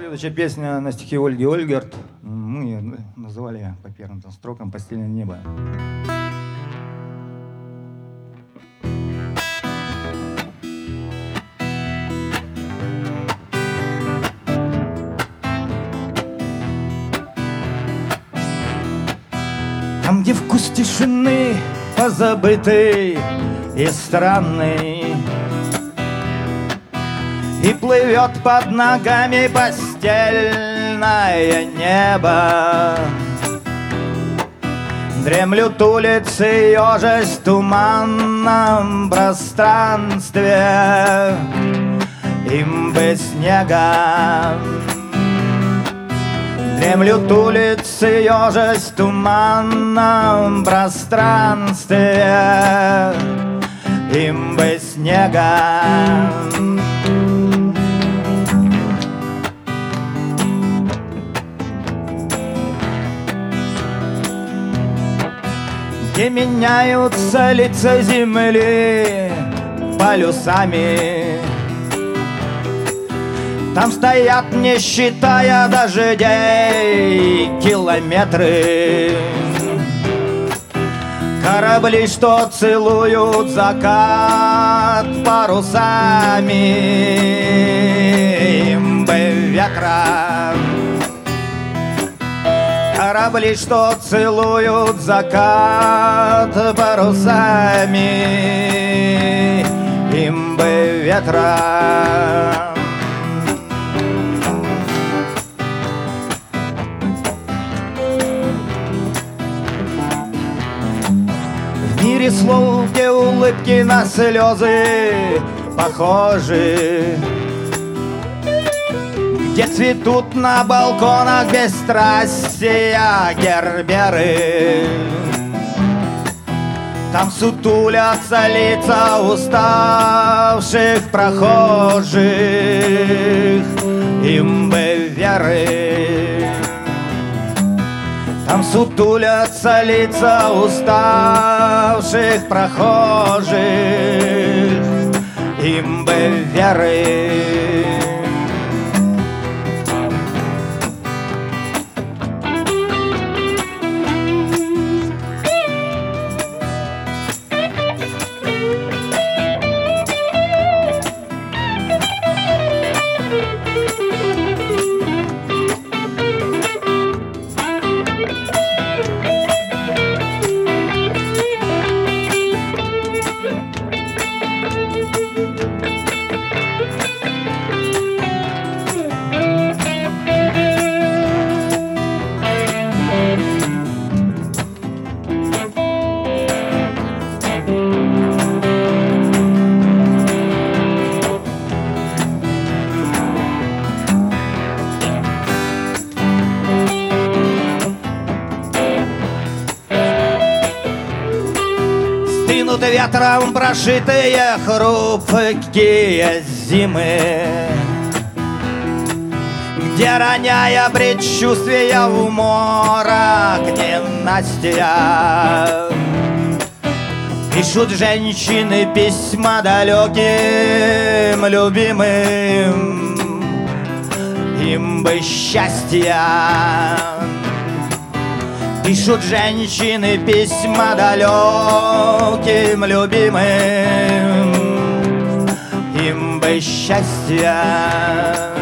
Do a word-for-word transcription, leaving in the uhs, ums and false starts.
Следующая песня на стихи Ольги Ольгерт. Мы ее называли по первым там строкам «Постельное небо». Там, где вкус тишины позабытый и странный, и плывет под ногами постельное небо, дремлют улицы, ежась в туманном пространстве, им бы снега. Дремлют улицы, ежась в туманном пространстве, им бы снега. Где меняются лица земли полюсами, там стоят, не считая дождей, километры. Корабли, что целуют закат парусами, им бы ветра. Корабли, что целуют закат парусами, им бы ветра. В мире слов, где улыбки на слезы похожи, где цветут на балконах бесстрастия герберы, там сутулятся лица уставших прохожих, им бы веры. Там сутулятся лица уставших прохожих, им бы веры. Стынут ветром прошитые хрупкие зимы, где, роняя предчувствия в морок ненастья, пишут женщины письма далеким любимым, им бы счастья. Пишут женщины письма далеким любимым, им бы счастья.